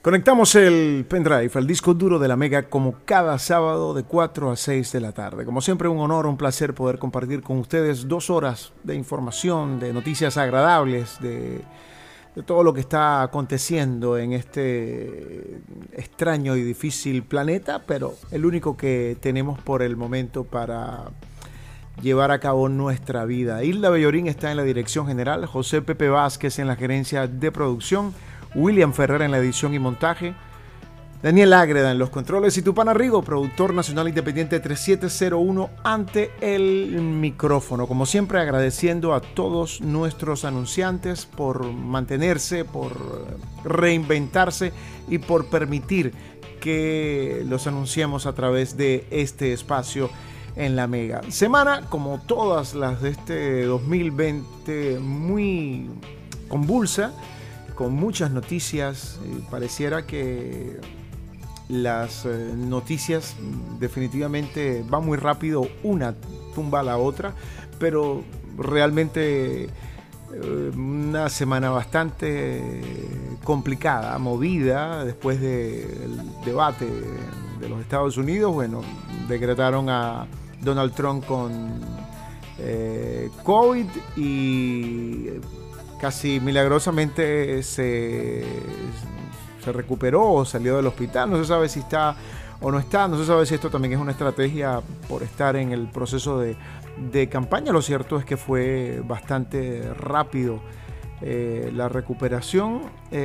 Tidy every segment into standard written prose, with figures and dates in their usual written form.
Conectamos el pendrive al disco duro de la Mega como cada sábado de 4 a 6 de la tarde. Como siempre, un honor, un placer poder compartir con ustedes 2 horas de información, de noticias agradables, de todo lo que está aconteciendo en este extraño y difícil planeta, pero el único que tenemos por el momento para llevar a cabo nuestra vida. Hilda Bellorín está en la dirección general, José Pepe Vázquez en la gerencia de producción, William Ferrer en la edición y montaje, Daniel Ágreda en los controles y Tupana Rigo, productor nacional independiente 3701 ante el micrófono. Como siempre, agradeciendo a todos nuestros anunciantes por mantenerse, por reinventarse y por permitir que los anunciemos a través de este espacio en la Mega. Semana, como todas las de este 2020, muy convulsa, con muchas noticias. Pareciera que las noticias definitivamente van muy rápido, una tumba a la otra, pero realmente una semana bastante complicada, movida, después del debate de los Estados Unidos. Bueno, decretaron a Donald Trump con COVID y casi milagrosamente se recuperó o salió del hospital. No se sabe si está o no está. No se sabe si esto también es una estrategia por estar en el proceso de campaña. Lo cierto es que fue bastante rápido la recuperación.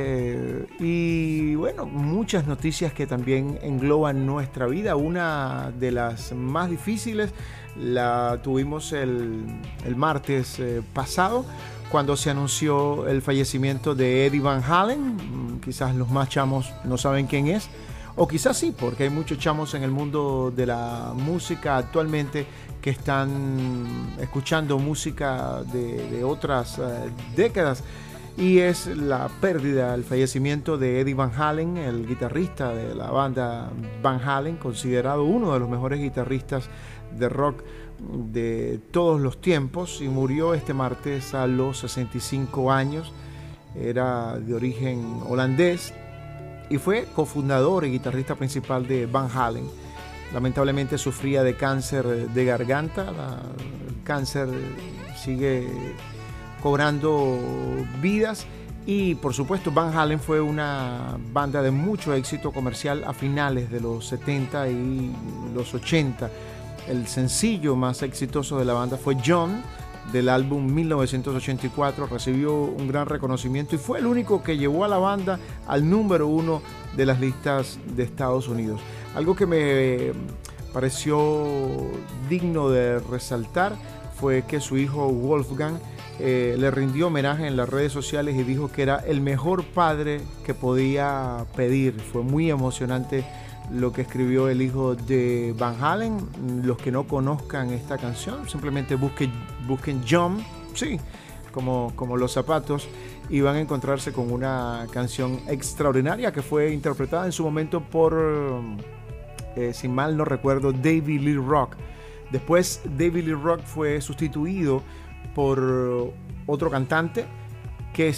Y bueno, muchas noticias que también engloban nuestra vida. Una de las más difíciles la tuvimos el martes pasado, cuando se anunció el fallecimiento de Eddie Van Halen. Quizás los más chamos no saben quién es, o quizás sí, porque hay muchos chamos en el mundo de la música actualmente que están escuchando música de otras décadas, y es la pérdida, el fallecimiento de Eddie Van Halen, el guitarrista de la banda Van Halen, considerado uno de los mejores guitarristas de rock de todos los tiempos, y murió este martes a los 65 años. Era de origen holandés y fue cofundador y guitarrista principal de Van Halen. Lamentablemente sufría de cáncer de garganta. El cáncer sigue cobrando vidas, y por supuesto Van Halen fue una banda de mucho éxito comercial a finales de los 70 y los 80. El sencillo más exitoso de la banda fue John, del álbum 1984. Recibió un gran reconocimiento y fue el único que llevó a la banda al número 1 de las listas de Estados Unidos. Algo que me pareció digno de resaltar fue que su hijo Wolfgang le rindió homenaje en las redes sociales y dijo que era el mejor padre que podía pedir. Fue muy emocionante lo que escribió el hijo de Van Halen. Los que no conozcan esta canción, simplemente busquen John, sí, como los zapatos, y van a encontrarse con una canción extraordinaria que fue interpretada en su momento por, si mal no recuerdo, David Lee Roth. Después David Lee Roth fue sustituido por otro cantante que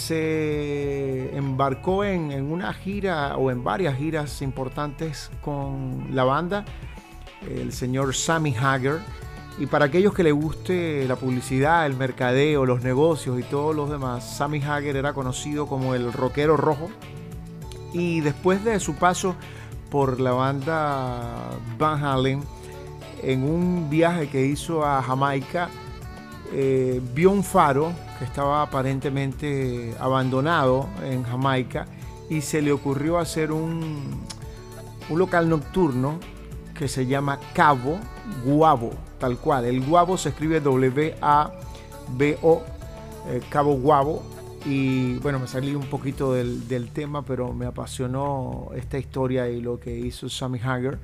se embarcó en una gira o en varias giras importantes con la banda, el señor Sammy Hagar. Y para aquellos que les guste la publicidad, el mercadeo, los negocios y todos los demás, Sammy Hagar era conocido como el rockero rojo. Y después de su paso por la banda Van Halen, en un viaje que hizo a Jamaica, vio un faro que estaba aparentemente abandonado en Jamaica, y se le ocurrió hacer un local nocturno que se llama Cabo Guabo, tal cual. El Guabo se escribe W-A-B-O, Cabo Guabo. Y bueno, me salí un poquito del tema, pero me apasionó esta historia y lo que hizo Sammy Hagar.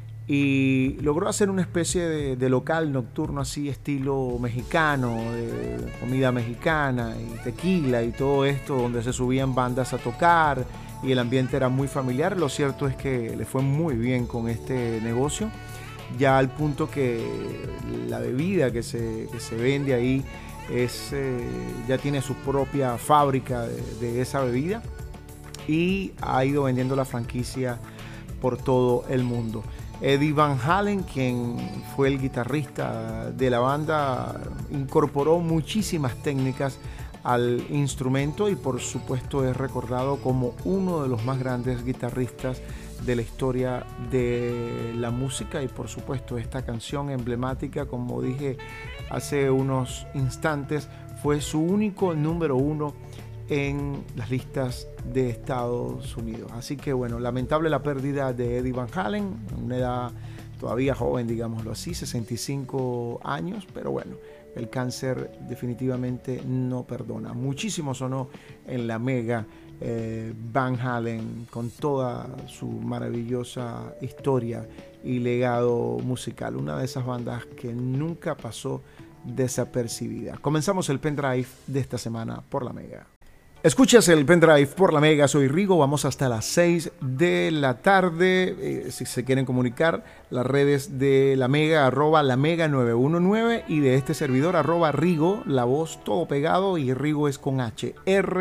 Y logró hacer una especie de local nocturno así estilo mexicano, de comida mexicana y tequila y todo esto, donde se subían bandas a tocar y el ambiente era muy familiar. Lo cierto es que le fue muy bien con este negocio, ya al punto que la bebida que se vende ahí ya tiene su propia fábrica de esa bebida. y ha ido vendiendo la franquicia por todo el mundo. Eddie Van Halen, quien fue el guitarrista de la banda, incorporó muchísimas técnicas al instrumento y por supuesto es recordado como uno de los más grandes guitarristas de la historia de la música. Y por supuesto esta canción emblemática, como dije hace unos instantes, fue su único número 1 en las listas de Estados Unidos. Así que bueno, lamentable la pérdida de Eddie Van Halen, una edad todavía joven, digámoslo así, 65 años, pero bueno, el cáncer definitivamente no perdona. Muchísimo sonó en la Mega Van Halen, con toda su maravillosa historia y legado musical, una de esas bandas que nunca pasó desapercibida. Comenzamos el pendrive de esta semana por la Mega. Escuchas el pendrive por la Mega, soy Rigo, vamos hasta las 6 de la tarde. Si se quieren comunicar, las redes de la Mega, @lamega919, y de este servidor, @Rigo, la voz todo pegado, y Rigo es con H,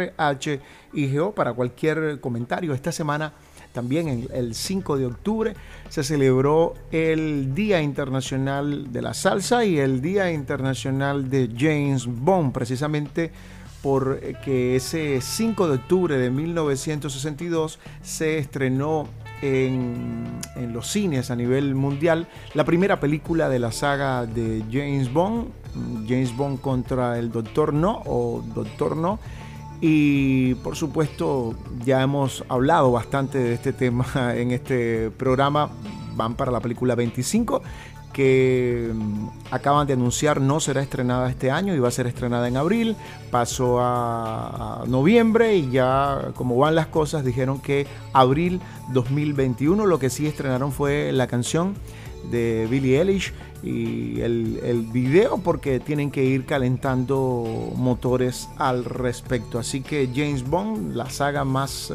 RHIGO, para cualquier comentario. Esta semana también, el 5 de octubre, se celebró el Día Internacional de la Salsa y el Día Internacional de James Bond, precisamente porque ese 5 de octubre de 1962 se estrenó en los cines a nivel mundial la primera película de la saga de James Bond contra el Doctor No o Doctor No. Y por supuesto ya hemos hablado bastante de este tema en este programa. Van para la película 25, que acaban de anunciar no será estrenada este año, iba a ser estrenada en abril, pasó a noviembre, y ya como van las cosas dijeron que abril 2021. Lo que sí estrenaron fue la canción de Billie Eilish y el video, porque tienen que ir calentando motores al respecto. Así que James Bond, la saga más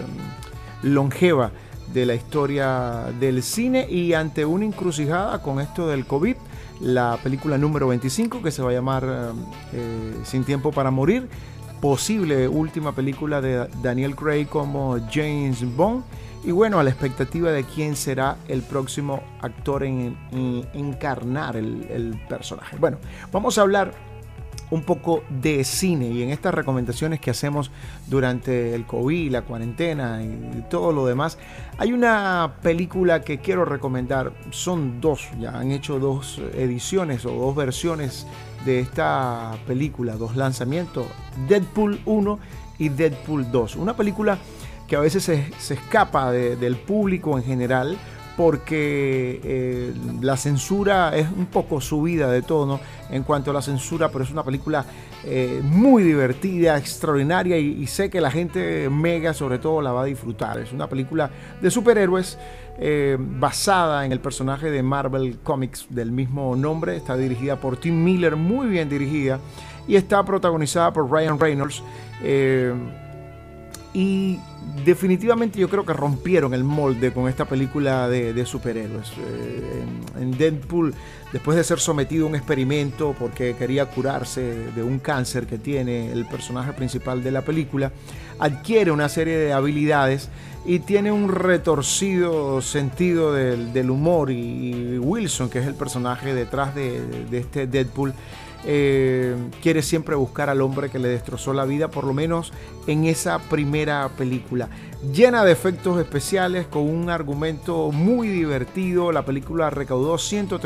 longeva de la historia del cine, y ante una encrucijada con esto del COVID, la película número 25, que se va a llamar Sin Tiempo para Morir, posible última película de Daniel Craig como James Bond. Y bueno, a la expectativa de quién será el próximo actor en encarnar el personaje. Bueno, vamos a hablar un poco de cine, y en estas recomendaciones que hacemos durante el COVID, la cuarentena y todo lo demás, hay una película que quiero recomendar. Son dos, ya han hecho 2 ediciones o 2 versiones de esta película, 2 lanzamientos: Deadpool 1 y Deadpool 2. Una película que a veces se escapa del público en general, porque la censura es un poco subida de tono en cuanto a la censura, pero es una película muy divertida, extraordinaria, y sé que la gente mega sobre todo la va a disfrutar. Es una película de superhéroes basada en el personaje de Marvel Comics del mismo nombre. Está dirigida por Tim Miller, muy bien dirigida, y está protagonizada por Ryan Reynolds. Y definitivamente yo creo que rompieron el molde con esta película de superhéroes. En Deadpool, después de ser sometido a un experimento porque quería curarse de un cáncer que tiene el personaje principal de la película, adquiere una serie de habilidades y tiene un retorcido sentido del humor. Y Wilson, que es el personaje detrás de este Deadpool, quiere siempre buscar al hombre que le destrozó la vida, por lo menos en esa primera película, llena de efectos especiales, con un argumento muy divertido. La película recaudó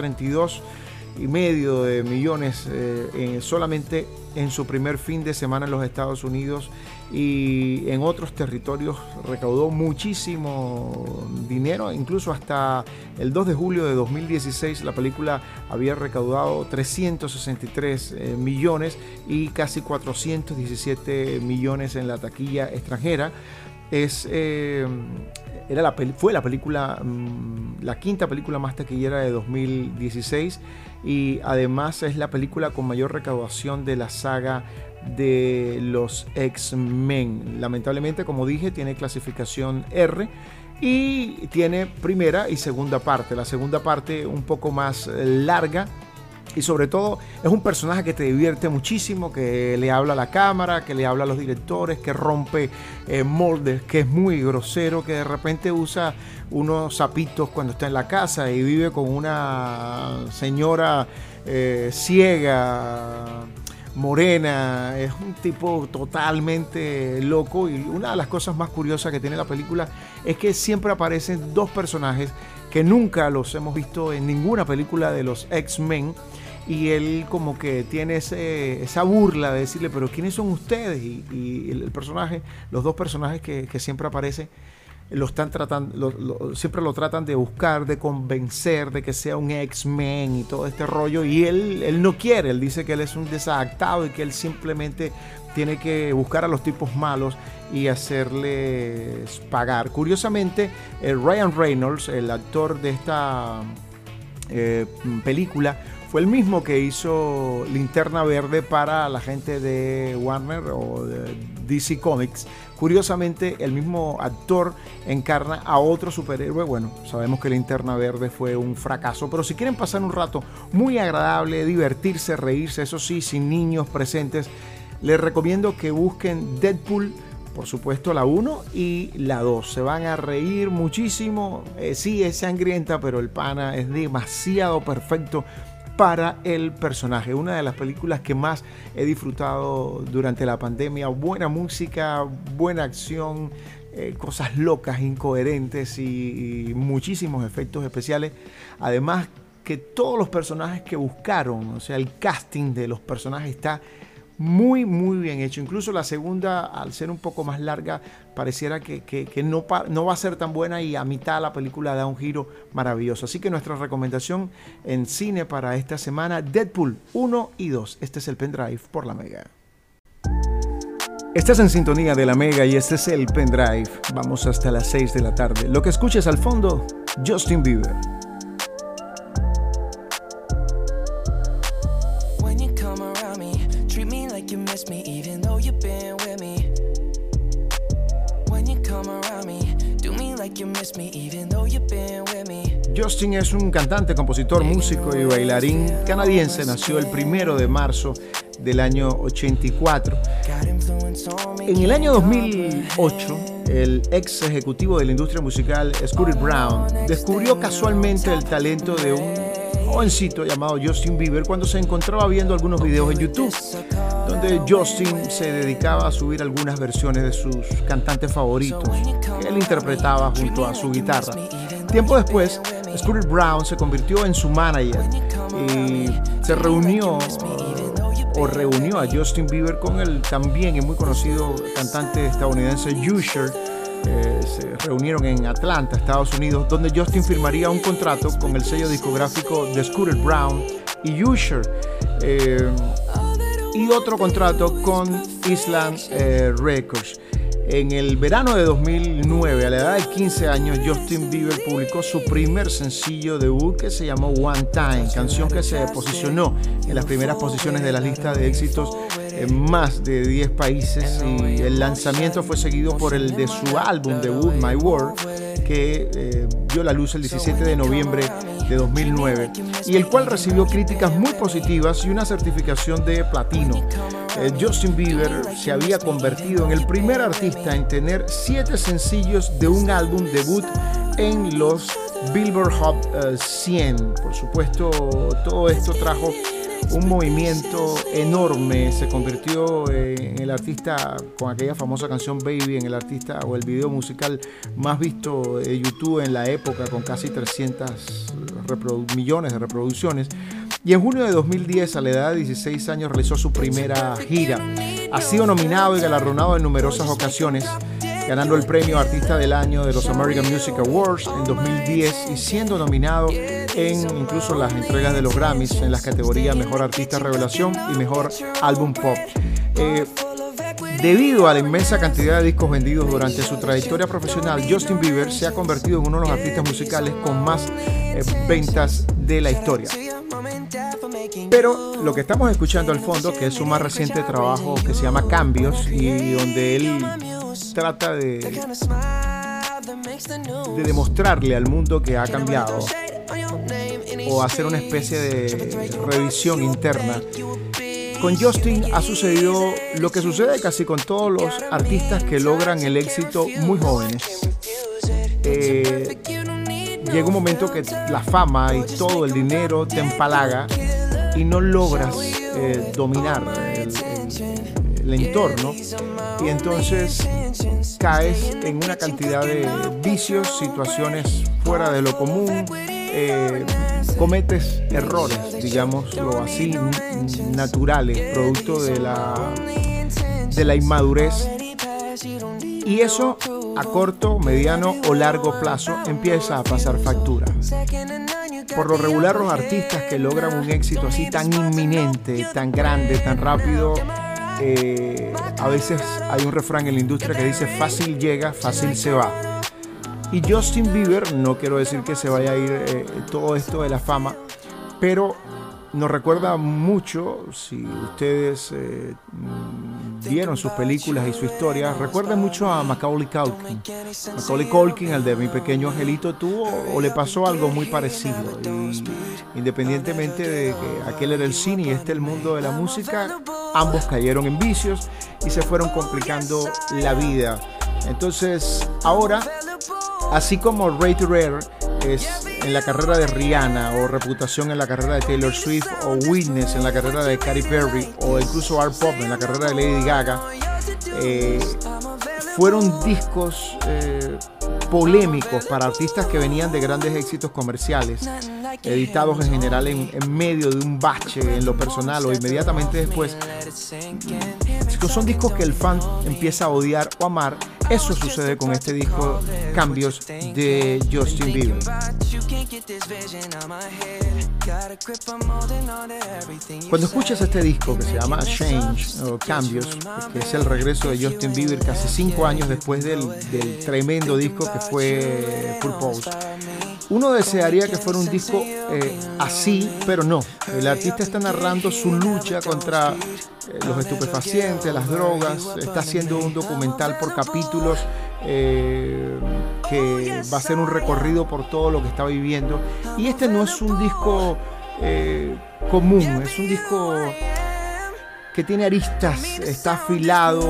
132,5 millones solamente en su primer fin de semana en los Estados Unidos, y en otros territorios recaudó muchísimo dinero. Incluso hasta el 2 de julio de 2016 la película había recaudado 363 millones y casi 417 millones en la taquilla extranjera. Fue la película, la quinta película más taquillera de 2016, y además es la película con mayor recaudación de la saga de los X-Men. Lamentablemente, como dije, tiene clasificación R y tiene primera y segunda parte. La segunda parte un poco más larga, Y sobre todo es un personaje que te divierte muchísimo, que le habla a la cámara, que le habla a los directores, que rompe moldes, que es muy grosero, que de repente usa unos zapitos cuando está en la casa y vive con una señora ciega, morena. Es un tipo totalmente loco, y una de las cosas más curiosas que tiene la película es que siempre aparecen dos personajes que nunca los hemos visto en ninguna película de los X-Men, y él como que tiene esa burla de decirle, pero ¿quiénes son ustedes? Y el personaje, los dos personajes que siempre aparecen, lo están tratando, siempre lo tratan de buscar, de convencer de que sea un X-Men y todo este rollo, y él no quiere. Él dice que él es un desadaptado y que él simplemente tiene que buscar a los tipos malos y hacerles pagar. Curiosamente, Ryan Reynolds, el actor de esta película, fue el mismo que hizo Linterna Verde para la gente de Warner o de DC Comics. Curiosamente, el mismo actor encarna a otro superhéroe. Bueno, sabemos que Linterna Verde fue un fracaso, pero si quieren pasar un rato muy agradable, divertirse, reírse, eso sí, sin niños presentes, les recomiendo que busquen Deadpool, por supuesto la 1 y la 2. Se van a reír muchísimo. Sí, es sangrienta, pero el pana es demasiado perfecto para el personaje. Una de las películas que más he disfrutado durante la pandemia. Buena música, buena acción, cosas locas, incoherentes y muchísimos efectos especiales. Además que todos los personajes que buscaron, o sea, el casting de los personajes está muy bien hecho. Incluso la segunda, al ser un poco más larga, pareciera que no va a ser tan buena, y a mitad la película da un giro maravilloso. Así que nuestra recomendación en cine para esta semana, Deadpool 1 y 2. Este es el Pendrive por La Mega. Estás en sintonía de La Mega y este es el Pendrive. Vamos hasta las 6 de la tarde. Lo que escuches al fondo, Justin Bieber. Justin es un cantante, compositor, músico y bailarín canadiense. Nació el 1 de marzo del año 84. En el año 2008, el ex ejecutivo de la industria musical, Scooter Braun, descubrió casualmente el talento de un jovencito llamado Justin Bieber cuando se encontraba viendo algunos videos en YouTube, donde Justin se dedicaba a subir algunas versiones de sus cantantes favoritos que él interpretaba junto a su guitarra. Tiempo después, Scooter Braun se convirtió en su manager y reunió a Justin Bieber con el también y muy conocido cantante estadounidense Usher. Se reunieron en Atlanta, Estados Unidos, donde Justin firmaría un contrato con el sello discográfico de Scooter Braun y Usher, y otro contrato con Island Records. En el verano de 2009, a la edad de 15 años, Justin Bieber publicó su primer sencillo debut, que se llamó One Time, canción que se posicionó en las primeras posiciones de la lista de éxitos en más de 10 países, y el lanzamiento fue seguido por el de su álbum debut My World, que vio la luz el 17 de noviembre de 2009, y el cual recibió críticas muy positivas y una certificación de platino. Justin Bieber se había convertido en el primer artista en tener 7 sencillos de un álbum debut en los Billboard Hot 100. Por supuesto, todo esto trajo un movimiento enorme. Se convirtió en el artista, con aquella famosa canción Baby, en el artista o el video musical más visto de YouTube en la época, con casi 300 millones de reproducciones. Y en junio de 2010, a la edad de 16 años, realizó su primera gira. Ha sido nominado y galardonado en numerosas ocasiones, ganando el premio Artista del Año de los American Music Awards en 2010 y siendo nominado en incluso las entregas de los Grammys en las categorías Mejor Artista Revelación y Mejor Álbum Pop. Debido a la inmensa cantidad de discos vendidos durante su trayectoria profesional, Justin Bieber se ha convertido en uno de los artistas musicales con más ventas de la historia. Pero lo que estamos escuchando al fondo, que es su más reciente trabajo, que se llama Cambios, y donde él trata de demostrarle al mundo que ha cambiado, o hacer una especie de revisión interna. Con Justin ha sucedido lo que sucede casi con todos los artistas que logran el éxito muy jóvenes. Llega un momento que la fama y todo el dinero te empalaga y no logras dominar el entorno, y entonces caes en una cantidad de vicios, situaciones fuera de lo común, cometes errores, digámoslo así, naturales, producto de la inmadurez, y eso a corto, mediano o largo plazo empieza a pasar factura. Por lo regular, los artistas que logran un éxito así tan inminente, tan grande, tan rápido, a veces hay un refrán en la industria que dice fácil llega, fácil se va. Y Justin Bieber, no quiero decir que se vaya a ir todo esto de la fama, pero nos recuerda mucho, si ustedes vieron sus películas y su historia, recuerda mucho a Macaulay Culkin. Macaulay Culkin, el de Mi Pequeño Angelito, tuvo o le pasó algo muy parecido. Y independientemente de que aquel era el cine y este el mundo de la música, ambos cayeron en vicios y se fueron complicando la vida. Entonces, ahora, así como Rated Rare es en la carrera de Rihanna, o Reputación en la carrera de Taylor Swift, o Witness en la carrera de Katy Perry, o incluso Art Pop en la carrera de Lady Gaga, fueron discos polémicos para artistas que venían de grandes éxitos comerciales, editados en general en medio de un bache en lo personal o inmediatamente después. Son discos que el fan empieza a odiar o amar. Eso sucede con este disco Cambios de Justin Bieber. Cuando escuchas este disco que se llama Change o Cambios, que es el regreso de Justin Bieber casi 5 años después del tremendo disco que fue Purpose, uno desearía que fuera un disco así, pero no. El artista está narrando su lucha contra los estupefacientes, las drogas. Está haciendo un documental por capítulos que va a ser un recorrido por todo lo que está viviendo. Y este no es un disco común, es un disco que tiene aristas, está afilado,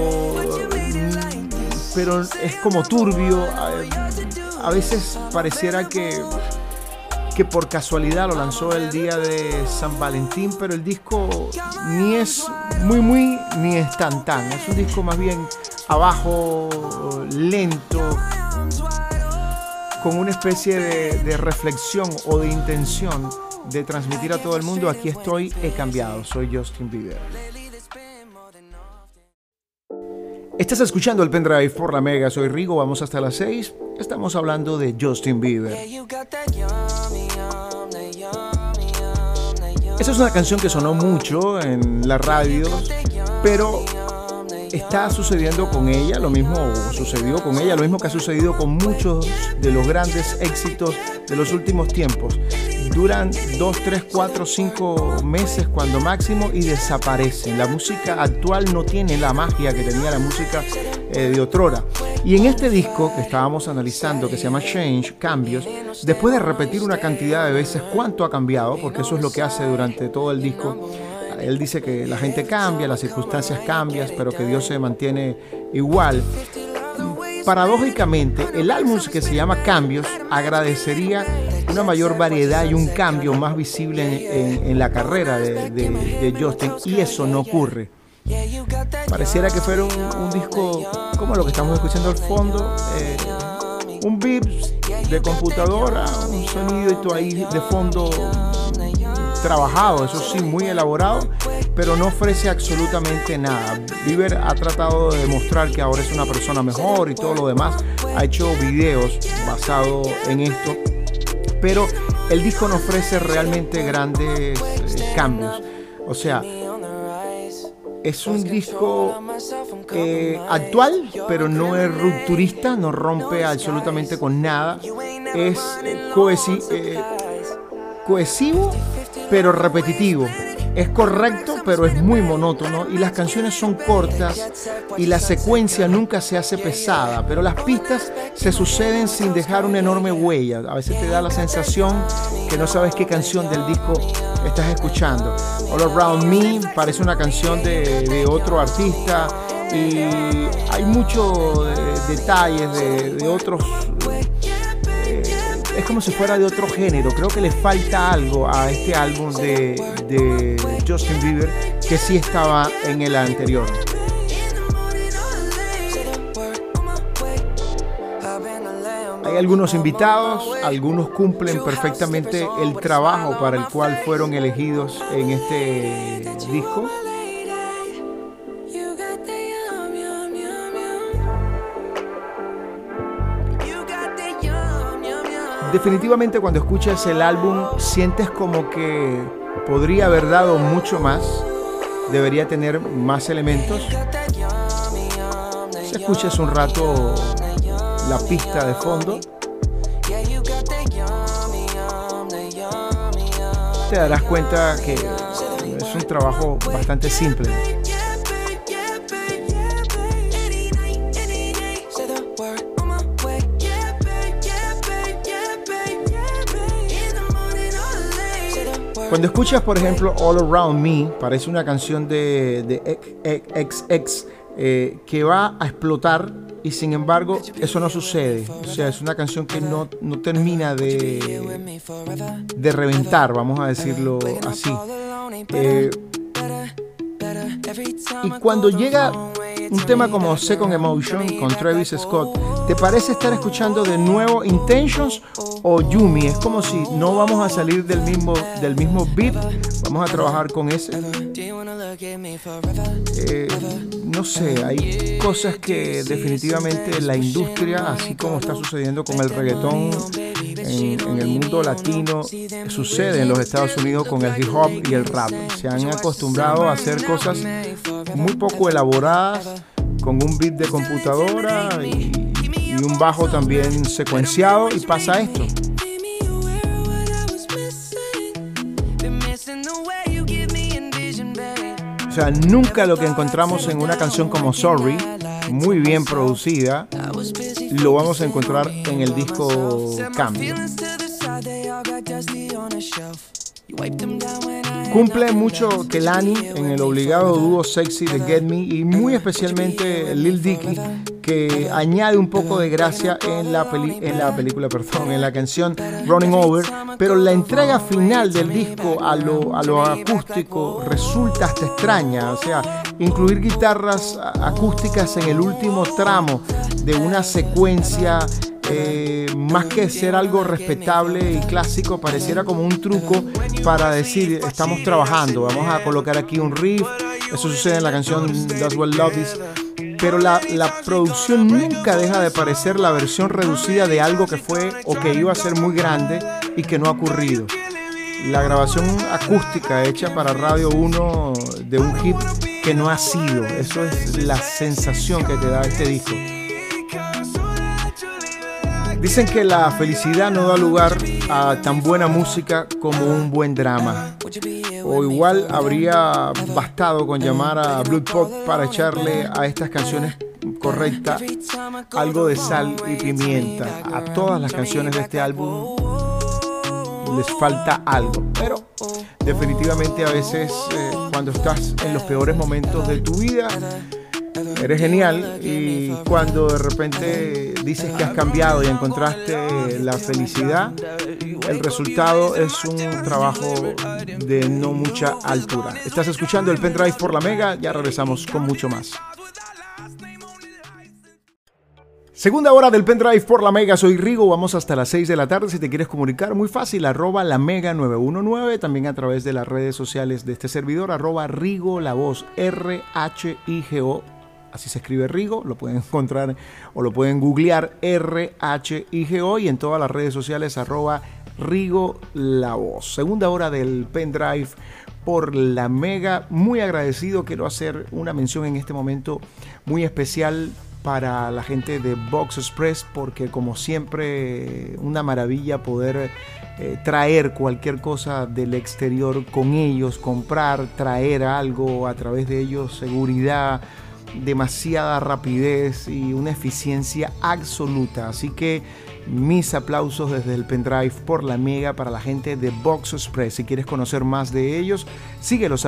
pero es como turbio. A veces pareciera que por casualidad lo lanzó el día de San Valentín, pero el disco ni es muy ni es tan. Es un disco más bien abajo, lento, con una especie de reflexión o de intención de transmitir a todo el mundo: aquí estoy, he cambiado, soy Justin Bieber. Estás escuchando el Pendrive por la Mega, soy Rigo, vamos hasta las 6. Estamos hablando de Justin Bieber. Esa es una canción que sonó mucho en la radio, pero está sucediendo con ella lo mismo, sucedió con ella lo mismo que ha sucedido con muchos de los grandes éxitos de los últimos tiempos. Duran 2, 3, 4, 5 meses cuando máximo y desaparecen. La música actual no tiene la magia que tenía la música de otrora. Y en este disco que estábamos analizando, que se llama Change, Cambios, después de repetir una cantidad de veces cuánto ha cambiado, porque eso es lo que hace durante todo el disco. Él dice que la gente cambia, las circunstancias cambian, pero que Dios se mantiene igual. Paradójicamente, el álbum que se llama Cambios agradecería una mayor variedad y un cambio más visible en la carrera de Justin, y eso no ocurre. Pareciera que fuera un disco como lo que estamos escuchando al fondo, un beat de computadora, un sonidito ahí de fondo trabajado, eso sí, muy elaborado, pero no ofrece absolutamente nada. Bieber ha tratado de demostrar que ahora es una persona mejor y todo lo demás, ha hecho videos basados en esto, pero el disco no ofrece realmente grandes cambios. O sea, es un disco actual, pero no es rupturista, no rompe absolutamente con nada. Es cohesivo, pero repetitivo. es correcto, pero es muy monótono y las canciones son cortas y la secuencia nunca se hace pesada, pero las pistas se suceden sin dejar una enorme huella. A veces te da la sensación que no sabes qué canción del disco estás escuchando. All Around Me parece una canción de otro artista y hay muchos detalles de otros. Es como si fuera de otro género. Creo que le falta algo a este álbum de Justin Bieber que sí estaba en el anterior. Hay algunos invitados, algunos cumplen perfectamente el trabajo para el cual fueron elegidos en este disco. Definitivamente cuando escuchas el álbum sientes como que podría haber dado mucho más, debería tener más elementos. Si escuchas un rato la pista de fondo, te darás cuenta que es un trabajo bastante simple. Cuando escuchas, por ejemplo, All Around Me, parece una canción de XX que va a explotar y sin embargo eso no sucede. O sea, es una canción que no termina de reventar, vamos a decirlo así. Y cuando llega un tema como Second Emotion con Travis Scott, ¿te parece estar escuchando de nuevo Intentions o Yumi? Es como si no vamos a salir del mismo beat, vamos a trabajar con ese. No sé, hay cosas que definitivamente la industria, así como está sucediendo con el reggaetón en el mundo latino, sucede en los Estados Unidos con el hip hop y el rap. Se han acostumbrado a hacer cosas muy poco elaboradas, con un beat de computadora y un bajo también secuenciado, y pasa esto. O sea, nunca lo que encontramos en una canción como Sorry, muy bien producida, lo vamos a encontrar en el disco Cambio. Cumple mucho Kehlani en el obligado dúo sexy de Get Me, y muy especialmente Lil Dicky, que añade un poco de gracia en la canción Running Over, pero la entrega final del disco a lo acústico resulta hasta extraña. O sea, incluir guitarras acústicas en el último tramo de una secuencia, más que ser algo respetable y clásico, pareciera como un truco para decir: estamos trabajando, vamos a colocar aquí un riff. Eso sucede en la canción That's What Love Is, pero la producción nunca deja de parecer la versión reducida de algo que fue o que iba a ser muy grande y que no ha ocurrido. La grabación acústica hecha para Radio 1 de un hit que no ha sido. Eso es la sensación que te da este disco. Dicen que la felicidad no da lugar a tan buena música como un buen drama. O igual habría bastado con llamar a Blood Pot para echarle a estas canciones correctas algo de sal y pimienta. A todas las canciones de este álbum les falta algo, pero definitivamente a veces cuando estás en los peores momentos de tu vida eres genial, y cuando de repente dices que has cambiado y encontraste la felicidad, el resultado es un trabajo de no mucha altura. Estás escuchando el Pendrive por la Mega, ya regresamos con mucho más. Segunda hora del Pendrive por la Mega, soy Rigo, vamos hasta las 6 de la tarde. Si te quieres comunicar, muy fácil, @lamega919, también a través de las redes sociales de este servidor, @Rigo la voz, RHIGO. Así se escribe Rigo, lo pueden encontrar o lo pueden googlear, RHIGO, y en todas las redes sociales @Rigo la voz. Segunda hora del Pendrive por la Mega, muy agradecido. Quiero hacer una mención en este momento muy especial para la gente de Box Express, porque como siempre una maravilla poder traer cualquier cosa del exterior con ellos, comprar, traer algo a través de ellos, seguridad, demasiada rapidez y una eficiencia absoluta. Así que mis aplausos desde el pendrive por la mega para la gente de Box Express. Si quieres conocer más de ellos, síguelos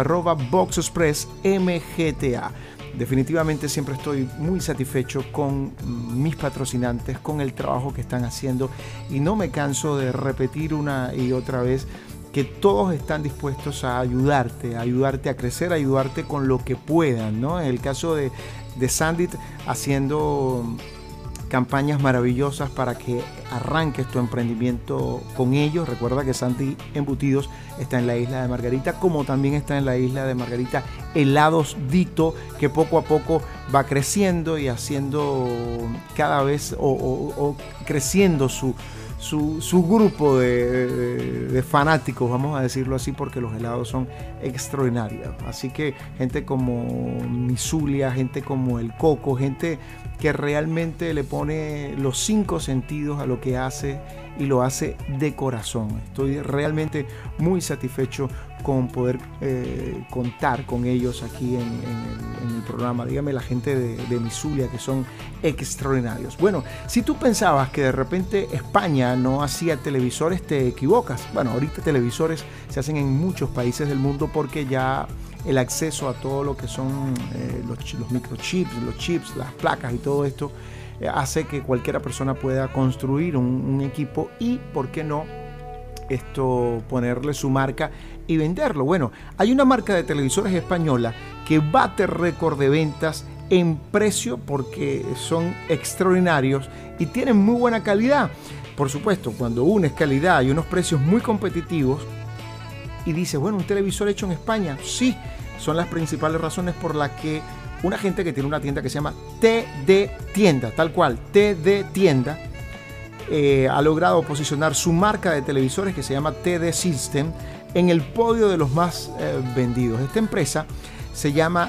@BoxExpressMGTA. Definitivamente siempre estoy muy satisfecho con mis patrocinantes, con el trabajo que están haciendo, y no me canso de repetir una y otra vez que todos están dispuestos a ayudarte a crecer, a ayudarte con lo que puedan, ¿no? En el caso de Sandit, haciendo campañas maravillosas para que arranques tu emprendimiento con ellos. Recuerda que Santi Embutidos está en la isla de Margarita, como también está en la isla de Margarita Helados Dito, que poco a poco va creciendo y haciendo cada vez o creciendo su grupo de fanáticos, vamos a decirlo así, porque los helados son extraordinarios. Así que gente como Misulia, gente como el Coco, gente que realmente le pone los 5 sentidos a lo que hace y lo hace de corazón. Estoy realmente muy satisfecho con poder contar con ellos aquí en el programa. Dígame la gente de Misulia, que son extraordinarios. Bueno, si tú pensabas que de repente España no hacía televisores, te equivocas. Bueno, ahorita televisores se hacen en muchos países del mundo, porque ya el acceso a todo lo que son los microchips, los chips, las placas y todo esto hace que cualquiera persona pueda construir un equipo y, ¿por qué no?, ponerle su marca y venderlo. Bueno, hay una marca de televisores española que bate récord de ventas en precio, porque son extraordinarios y tienen muy buena calidad. Por supuesto, cuando unes calidad y unos precios muy competitivos y dices, bueno, un televisor hecho en España, sí, son las principales razones por las que una gente que tiene una tienda que se llama TD Tienda, tal cual, TD Tienda, ha logrado posicionar su marca de televisores, que se llama TD System, en el podio de los más vendidos. Esta empresa se llama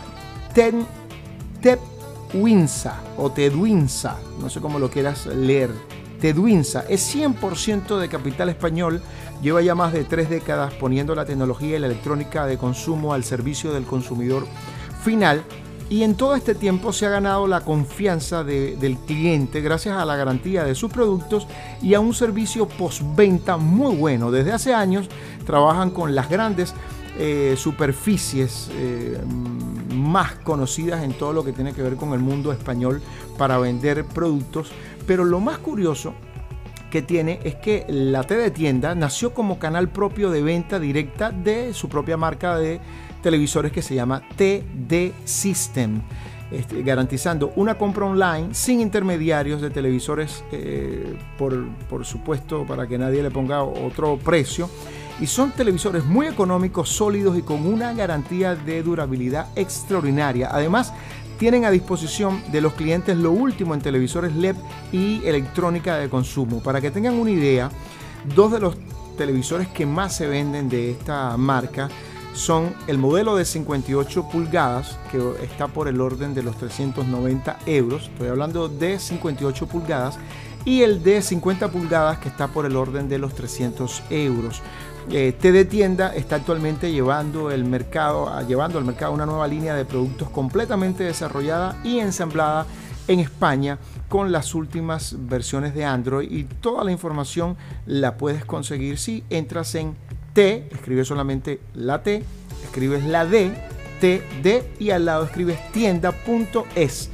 Tedwinsa o Tedwinsa, no sé cómo lo quieras leer. Tedwinsa es 100% de capital español, lleva ya más de 3 décadas poniendo la tecnología y la electrónica de consumo al servicio del consumidor final, y en todo este tiempo se ha ganado la confianza del cliente gracias a la garantía de sus productos y a un servicio postventa muy bueno. Desde hace años trabajan con las grandes superficies más conocidas en todo lo que tiene que ver con el mundo español para vender productos, pero lo más curioso que tiene es que la TD Tienda nació como canal propio de venta directa de su propia marca de televisores, que se llama TD System, garantizando una compra online sin intermediarios de televisores, por supuesto, para que nadie le ponga otro precio. Y son televisores muy económicos, sólidos y con una garantía de durabilidad extraordinaria. Además, tienen a disposición de los clientes lo último en televisores LED y electrónica de consumo. Para que tengan una idea, 2 de los televisores que más se venden de esta marca son el modelo de 58 pulgadas, que está por el orden de los 390 euros. Estoy hablando de 58 pulgadas. Y el de 50 pulgadas, que está por el orden de los 300 euros. TD Tienda está actualmente llevando al mercado una nueva línea de productos completamente desarrollada y ensamblada en España con las últimas versiones de Android, y toda la información la puedes conseguir si entras en escribes solamente la T, escribes la D, TD, y al lado escribes tienda.es,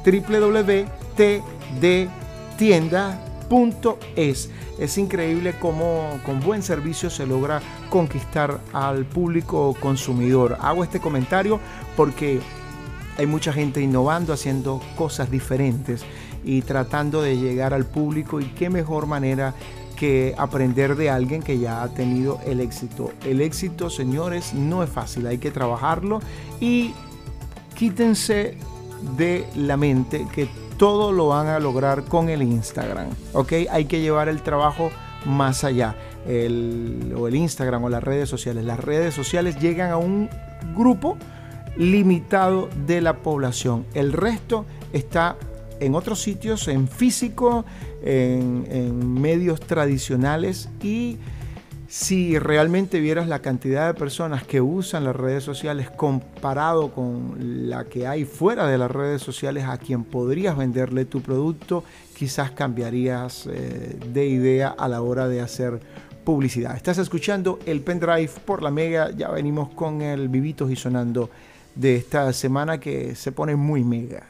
www.tdtienda.es. Es increíble cómo con buen servicio se logra conquistar al público consumidor. Hago este comentario porque hay mucha gente innovando, haciendo cosas diferentes y tratando de llegar al público, y qué mejor manera que aprender de alguien que ya ha tenido el éxito. El éxito, señores, no es fácil, hay que trabajarlo, y quítense de la mente que todo lo van a lograr con el Instagram, ¿ok? Hay que llevar el trabajo más allá. El Instagram o las redes sociales. Las redes sociales llegan a un grupo limitado de la población. El resto está en otros sitios, en físico, en medios tradicionales. Y si realmente vieras la cantidad de personas que usan las redes sociales comparado con la que hay fuera de las redes sociales a quien podrías venderle tu producto, quizás cambiarías de idea a la hora de hacer publicidad. Estás escuchando el Pendrive por la Mega. Ya venimos con el Vivitos y Sonando de esta semana, que se pone muy mega.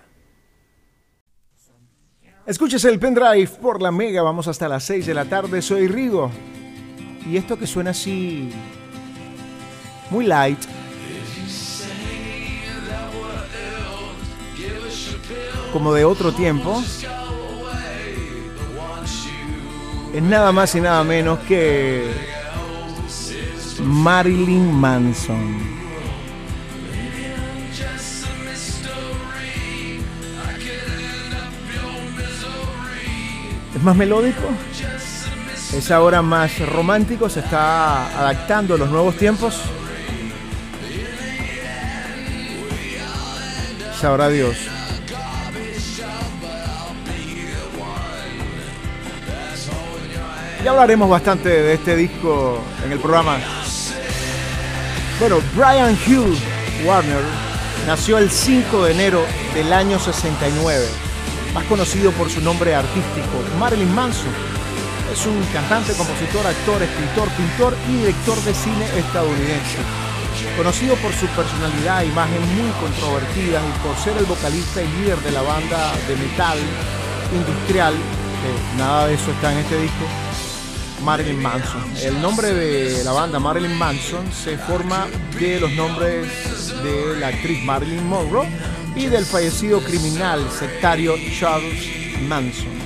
Escuches el Pendrive por la Mega. Vamos hasta las 6 de la tarde. Soy Rigo. Y esto que suena así muy light, como de otro tiempo, es nada más y nada menos que Marilyn Manson. ¿Es más melódico? ¿Es ahora más romántico? ¿Se está adaptando a los nuevos tiempos? Sabrá Dios. Ya hablaremos bastante de este disco en el programa. Bueno, Brian Hugh Warner nació el 5 de enero del año 69, más conocido por su nombre artístico, Marilyn Manson. Es un cantante, compositor, actor, escritor, pintor y director de cine estadounidense. Conocido por su personalidad e imagen muy controvertida y por ser el vocalista y líder de la banda de metal industrial, que nada de eso está en este disco, Marilyn Manson. El nombre de la banda Marilyn Manson se forma de los nombres de la actriz Marilyn Monroe y del fallecido criminal sectario Charles Manson.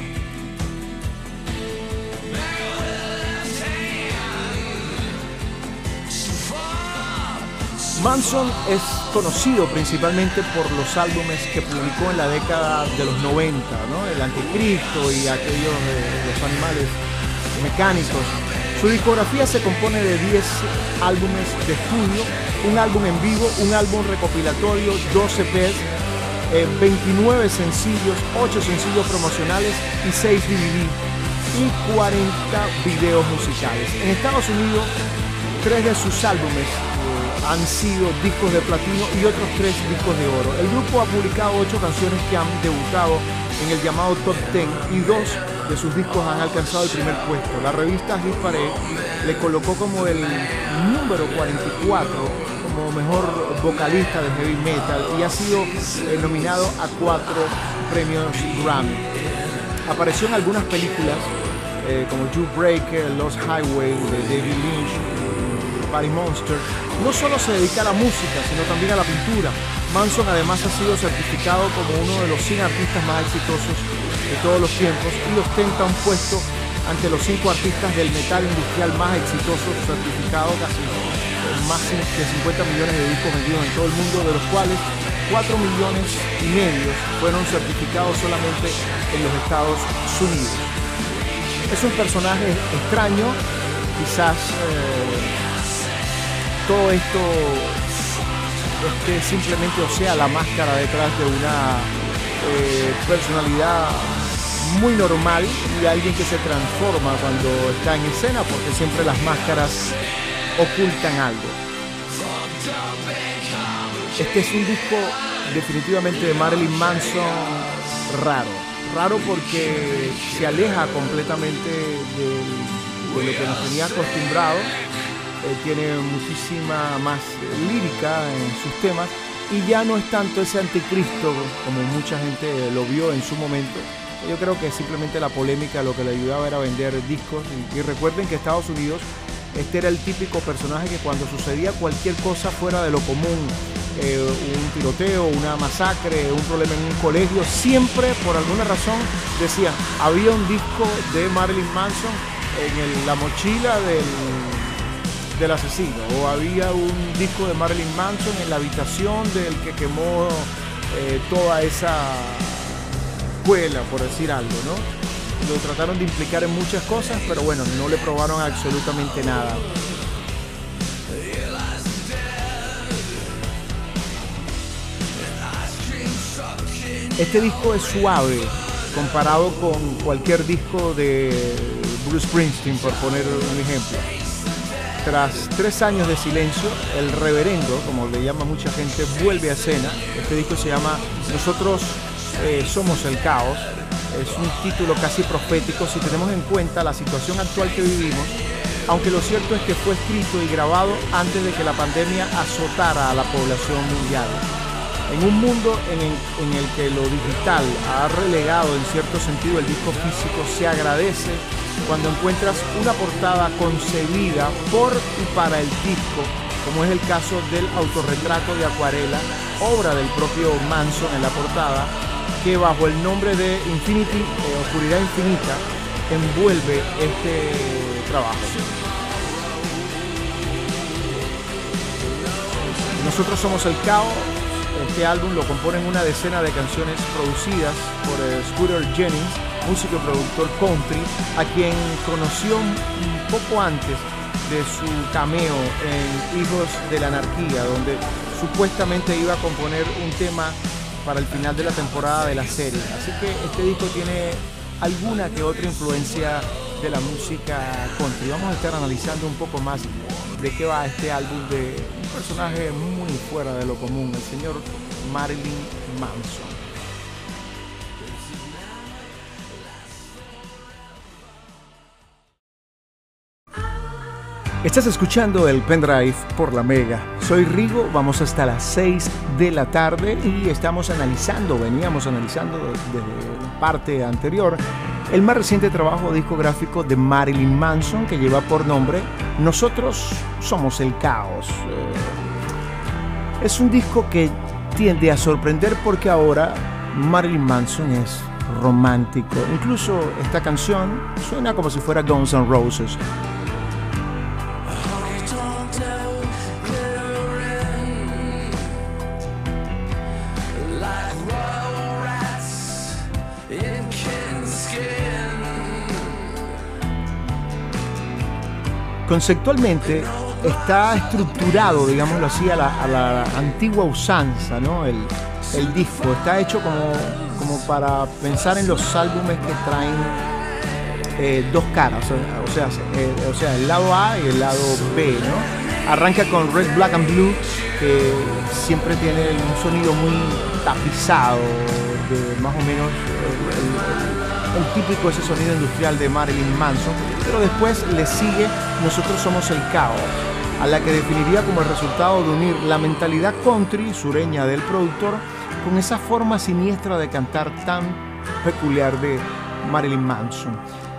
Manson es conocido principalmente por los álbumes que publicó en la década de los 90, ¿no? El Anticristo y aquellos de los animales mecánicos. Su discografía se compone de 10 álbumes de estudio, un álbum en vivo, un álbum recopilatorio, 12 EPs, 29 sencillos, 8 sencillos promocionales y 6 DVD y 40 videos musicales. En Estados Unidos, 3 de sus álbumes han sido discos de platino y otros 3 discos de oro. El grupo ha publicado 8 canciones que han debutado en el llamado Top 10 y 2 de sus discos han alcanzado el primer puesto. La revista Hit Parade le colocó como el número 44 como mejor vocalista de heavy metal y ha sido nominado a 4 premios Grammy. Apareció en algunas películas como Jawbreaker, Lost Highway de David Lynch, Party Monster. No solo se dedica a la música, sino también a la pintura. Manson además ha sido certificado como uno de los 100 artistas más exitosos de todos los tiempos y ostenta un puesto ante los 5 artistas del metal industrial más exitosos, certificado casi más de 50 millones de discos vendidos en todo el mundo, de los cuales 4,5 millones fueron certificados solamente en los Estados Unidos. Es un personaje extraño, quizás todo esto simplemente, o sea, la máscara detrás de una personalidad muy normal y alguien que se transforma cuando está en escena, porque siempre las máscaras ocultan algo. Este es un disco definitivamente de Marilyn Manson raro porque se aleja completamente de lo que nos tenía acostumbrado. Tiene muchísima más lírica en sus temas y ya no es tanto ese anticristo como mucha gente lo vio en su momento. Yo creo que simplemente la polémica lo que le ayudaba era vender discos y recuerden que Estados Unidos este era el típico personaje que cuando sucedía cualquier cosa fuera de lo común, un tiroteo, una masacre, un problema en un colegio, siempre por alguna razón decían había un disco de Marilyn Manson en la mochila del asesino, o había un disco de Marilyn Manson en la habitación del que quemó toda esa escuela, por decir algo, ¿no? Lo trataron de implicar en muchas cosas, pero bueno, no le probaron absolutamente nada. Este disco es suave, comparado con cualquier disco de Bruce Springsteen, por poner un ejemplo. Tras 3 años de silencio, el reverendo, como le llama mucha gente, vuelve a escena. Este disco se llama Nosotros somos el caos. Es un título casi profético si tenemos en cuenta la situación actual que vivimos, aunque lo cierto es que fue escrito y grabado antes de que la pandemia azotara a la población mundial. En un mundo en el que lo digital ha relegado en cierto sentido el disco físico, se agradece cuando encuentras una portada concebida por y para el disco, como es el caso del autorretrato de acuarela, obra del propio Manson en la portada, que bajo el nombre de Infinity, Oscuridad Infinita, envuelve este trabajo. Nosotros somos el caos. Este álbum lo componen una decena de canciones producidas por Scooter Jennings, músico y productor country, a quien conoció un poco antes de su cameo en Hijos de la Anarquía, donde supuestamente iba a componer un tema para el final de la temporada de la serie. Así que este disco tiene alguna que otra influencia de la música country. Vamos a estar analizando un poco más de qué va este álbum de un personaje muy fuera de lo común, el señor Marilyn Manson. Estás escuchando el Pendrive por la Mega. Soy Rigo, vamos hasta las 6 de la tarde y veníamos analizando desde la parte anterior el más reciente trabajo discográfico de Marilyn Manson, que lleva por nombre Nosotros somos el caos. Es un disco que tiende a sorprender porque ahora Marilyn Manson es romántico. Incluso esta canción suena como si fuera Guns N' Roses. Conceptualmente está estructurado, digámoslo así, a la antigua usanza, ¿no? El disco está hecho como para pensar en los álbumes que traen dos caras, o sea, el lado A y el lado B, ¿no? Arranca con Red, Black and Blue, que siempre tiene un sonido muy tapizado, de más o menos el típico ese sonido industrial de Marilyn Manson, pero después le sigue Nosotros somos el caos, a la que definiría como el resultado de unir la mentalidad country sureña del productor con esa forma siniestra de cantar tan peculiar de Marilyn Manson.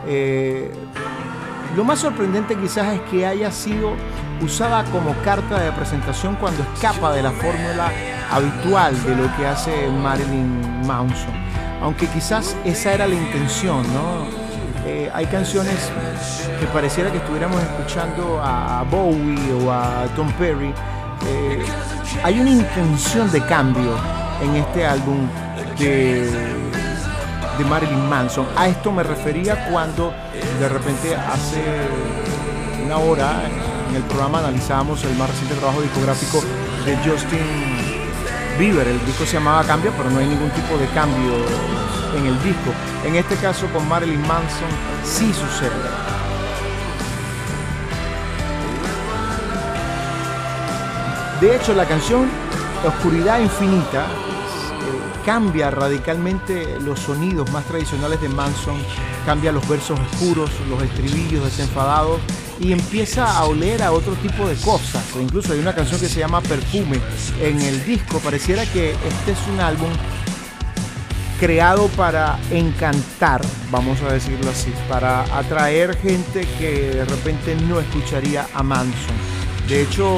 Lo más sorprendente quizás es que haya sido usada como carta de presentación cuando escapa de la fórmula habitual de lo que hace Marilyn Manson. Aunque quizás esa era la intención, ¿no? Hay canciones que pareciera que estuviéramos escuchando a Bowie o a Tom Perry. Hay una intención de cambio en este álbum de Marilyn Manson. A esto me refería cuando de repente hace una hora en el programa analizábamos el más reciente trabajo discográfico de Justin Bieber. El disco se llamaba Cambio, pero no hay ningún tipo de cambio en el disco. En este caso con Marilyn Manson sí sucede. De hecho, la canción Oscuridad Infinita cambia radicalmente los sonidos más tradicionales de Manson, cambia los versos oscuros, los estribillos desenfadados y empieza a oler a otro tipo de cosas. O incluso hay una canción que se llama Perfume en el disco. Pareciera que este es un álbum creado para encantar, vamos a decirlo así, para atraer gente que de repente no escucharía a Manson. De hecho,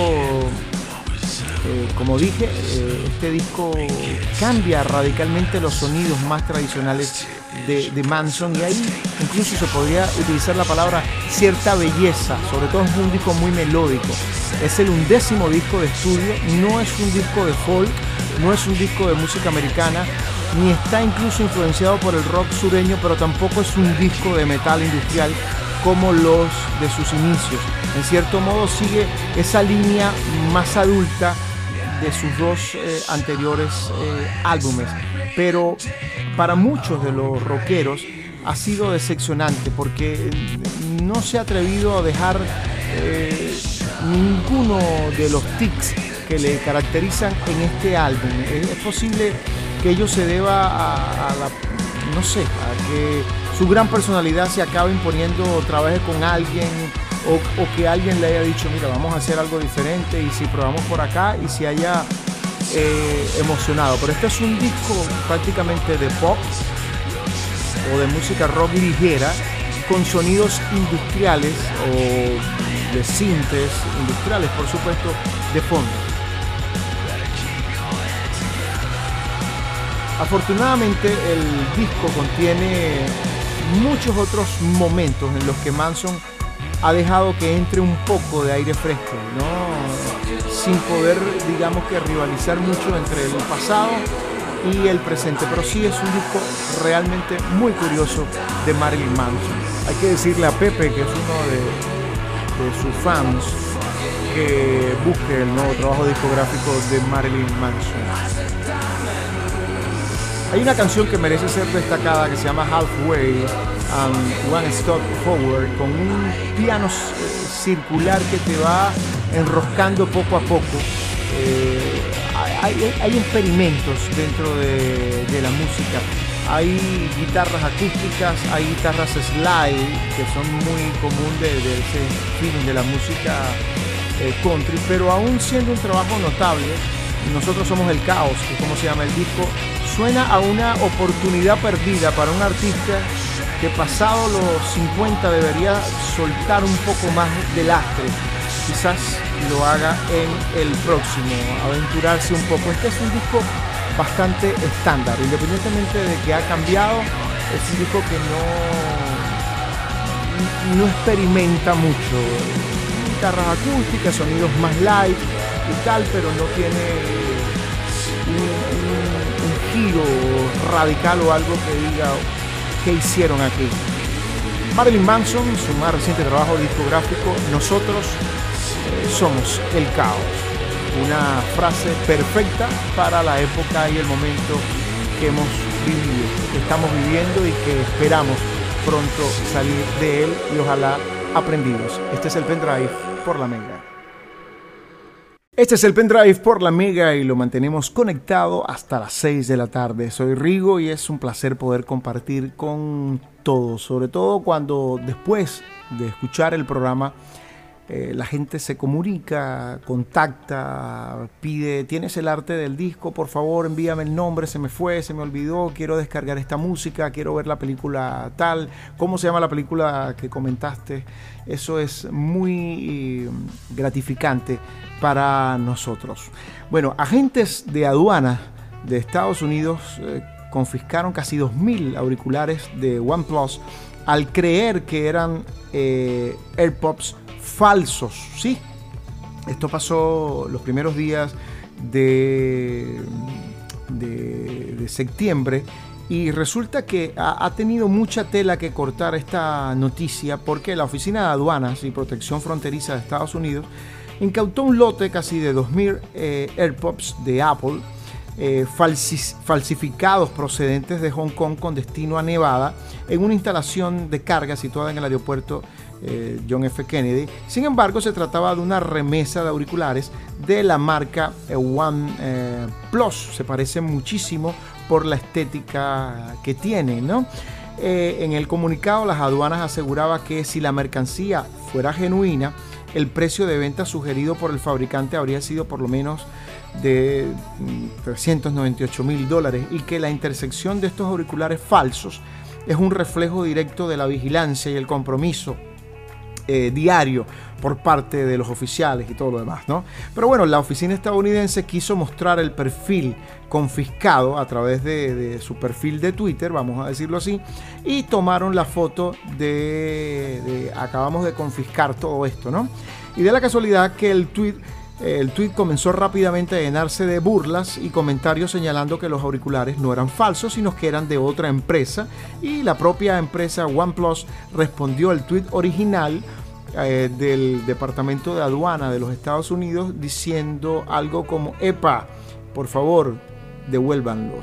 como dije, este disco cambia radicalmente los sonidos más tradicionales de Manson, y ahí incluso se podría utilizar la palabra cierta belleza. Sobre todo es un disco muy melódico. Es el 11º disco de estudio, no es un disco de folk, no es un disco de música americana, ni está incluso influenciado por el rock sureño, pero tampoco es un disco de metal industrial como los de sus inicios. En cierto modo sigue esa línea más adulta de sus dos anteriores álbumes. pero para muchos de los rockeros ha sido decepcionante porque no se ha atrevido a dejar ninguno de los tics que le caracterizan en este álbum. Es posible que ello se deba a que su gran personalidad se acabe imponiendo, trabaje con alguien o que alguien le haya dicho, mira, vamos a hacer algo diferente y si probamos por acá y si haya emocionado. Pero este es un disco prácticamente de pop o de música rock ligera con sonidos industriales o de sintes industriales, por supuesto, de fondo. Afortunadamente el disco contiene muchos otros momentos en los que Manson ha dejado que entre un poco de aire fresco, ¿no? Sin poder, digamos que rivalizar mucho entre el pasado y el presente, pero sí es un disco realmente muy curioso de Marilyn Manson. Hay que decirle a Pepe, que es uno de sus fans, que busque el nuevo trabajo discográfico de Marilyn Manson. Hay una canción que merece ser destacada que se llama Halfway and One Step Forward, con un piano circular que te va enroscando poco a poco. Hay experimentos dentro de la música. Hay guitarras acústicas, hay guitarras slide, que son muy común de ese feeling de la música country, pero aún siendo un trabajo notable, Nosotros Somos el Caos, que es como se llama el disco, suena a una oportunidad perdida para un artista que pasado los 50 debería soltar un poco más de lastre. Quizás lo haga en el próximo, aventurarse un poco. Este es un disco bastante estándar, independientemente de que ha cambiado, es un disco que no experimenta mucho. Guitarras acústicas, sonidos más light y tal, pero no tiene un giro radical o algo que diga qué hicieron aquí. Marilyn Manson, su más reciente trabajo discográfico, Nosotros Somos el Caos. Una frase perfecta para la época y el momento que hemos vivido, que estamos viviendo y que esperamos pronto salir de él y ojalá aprendidos. Este es el Pendrive por la Mega. Este es el Pendrive por la Mega y lo mantenemos conectado hasta las 6 de la tarde. Soy Rigo y es un placer poder compartir con todos, sobre todo cuando después de escuchar el programa la gente se comunica, contacta, pide, ¿tienes el arte del disco? Por favor, envíame el nombre, se me fue, se me olvidó, quiero descargar esta música, quiero ver la película tal, ¿cómo se llama la película que comentaste? Eso es muy gratificante para nosotros. Bueno, agentes de aduana de Estados Unidos confiscaron casi 2.000 auriculares de OnePlus al creer que eran AirPods falsos. Sí, esto pasó los primeros días de septiembre y resulta que ha tenido mucha tela que cortar esta noticia porque la Oficina de Aduanas y Protección Fronteriza de Estados Unidos incautó un lote casi de 2.000 AirPods de Apple falsificados procedentes de Hong Kong con destino a Nevada en una instalación de carga situada en el aeropuerto John F. Kennedy. Sin embargo, se trataba de una remesa de auriculares de la marca OnePlus. Se parece muchísimo por la estética que tienen, ¿no? En el comunicado, las aduanas aseguraban que si la mercancía fuera genuina, el precio de venta sugerido por el fabricante habría sido por lo menos de $398,000 y que la intersección de estos auriculares falsos es un reflejo directo de la vigilancia y el compromiso diario por parte de los oficiales y todo lo demás, ¿no? Pero bueno, la oficina estadounidense quiso mostrar el perfil confiscado a través de su perfil de Twitter, vamos a decirlo así, y tomaron la foto de acabamos de confiscar todo esto, ¿no? Y de la casualidad que el tweet comenzó rápidamente a llenarse de burlas y comentarios señalando que los auriculares no eran falsos, sino que eran de otra empresa, y la propia empresa OnePlus respondió al tweet original del Departamento de Aduana de los Estados Unidos diciendo algo como: epa, por favor, devuélvanlos.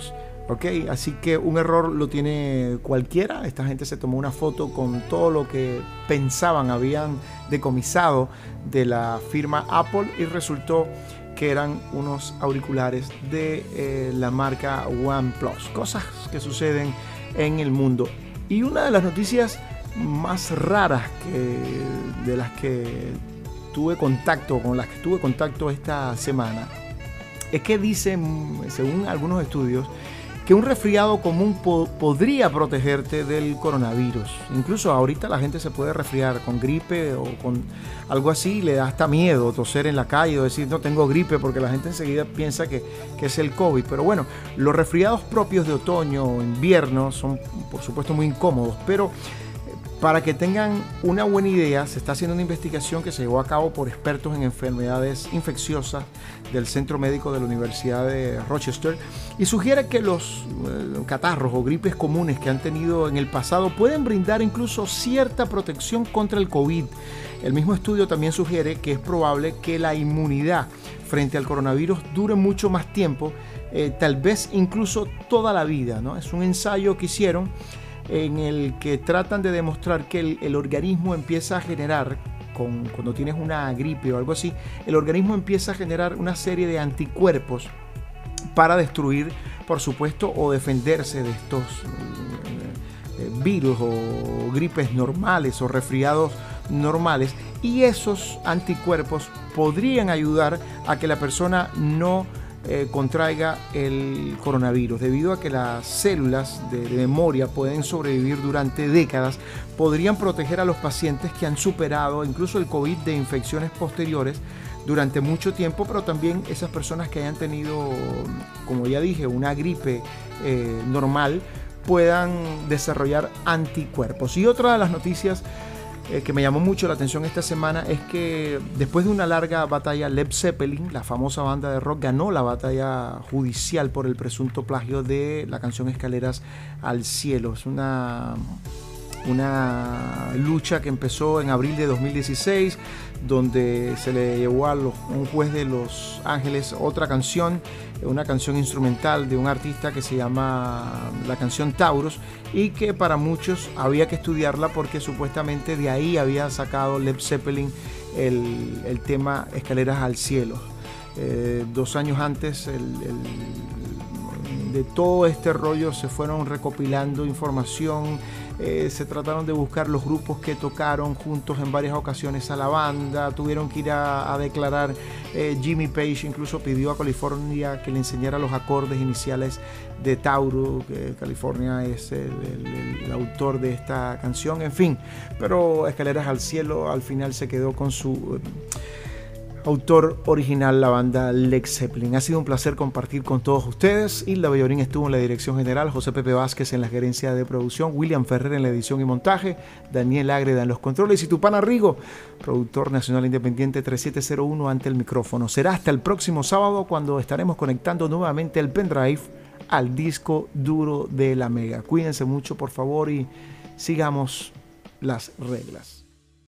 ¿ok? Así que un error lo tiene cualquiera. Esta gente se tomó una foto con todo lo que pensaban habían decomisado de la firma Apple y resultó que eran unos auriculares de la marca OnePlus. Cosas que suceden en el mundo. Y una de las noticias más raras de las que tuve contacto, con las que tuve contacto esta semana, es que dicen, según algunos estudios, que un resfriado común podría protegerte del coronavirus. Incluso ahorita la gente se puede resfriar con gripe o con algo así, le da hasta miedo toser en la calle o decir no tengo gripe, porque la gente enseguida piensa que es el COVID. Pero bueno, los resfriados propios de otoño o invierno son por supuesto muy incómodos, pero para que tengan una buena idea, se está haciendo una investigación que se llevó a cabo por expertos en enfermedades infecciosas del Centro Médico de la Universidad de Rochester y sugiere que los catarros o gripes comunes que han tenido en el pasado pueden brindar incluso cierta protección contra el COVID. El mismo estudio también sugiere que es probable que la inmunidad frente al coronavirus dure mucho más tiempo, tal vez incluso toda la vida, ¿no? Es un ensayo que hicieron en el que tratan de demostrar que el organismo empieza a generar, cuando tienes una gripe o algo así, el organismo empieza a generar una serie de anticuerpos para destruir, por supuesto, o defenderse de estos virus o gripes normales o resfriados normales, y esos anticuerpos podrían ayudar a que la persona no contraiga el coronavirus. Debido a que las células de memoria pueden sobrevivir durante décadas, podrían proteger a los pacientes que han superado incluso el COVID de infecciones posteriores durante mucho tiempo, pero también esas personas que hayan tenido, como ya dije, una gripe normal, puedan desarrollar anticuerpos. Y otra de las noticias que me llamó mucho la atención esta semana es que después de una larga batalla, Led Zeppelin, la famosa banda de rock, ganó la batalla judicial por el presunto plagio de la canción Escaleras al Cielo. Es una lucha que empezó en abril de 2016, donde se le llevó a un juez de Los Ángeles otra canción, una canción instrumental de un artista que se llama la canción Taurus, y que para muchos había que estudiarla porque supuestamente de ahí había sacado Led Zeppelin el tema Escaleras al Cielo. 2 años antes de todo este rollo se fueron recopilando información, se trataron de buscar los grupos que tocaron juntos en varias ocasiones a la banda, tuvieron que ir a declarar. Jimmy Page incluso pidió a California que le enseñara los acordes iniciales de Taurus, que California es el autor de esta canción, en fin, pero Escaleras al Cielo al final se quedó con su autor original, la banda Led Zeppelin. Ha sido un placer compartir con todos ustedes. Hilda Bellorín estuvo en la dirección general, José Pepe Vázquez en la gerencia de producción, William Ferrer en la edición y montaje, Daniel Ágreda en los controles y Tupana Rigo, productor nacional independiente 3701 ante el micrófono. Será hasta el próximo sábado cuando estaremos conectando nuevamente el pendrive al disco duro de la Mega. Cuídense mucho, por favor, y sigamos las reglas.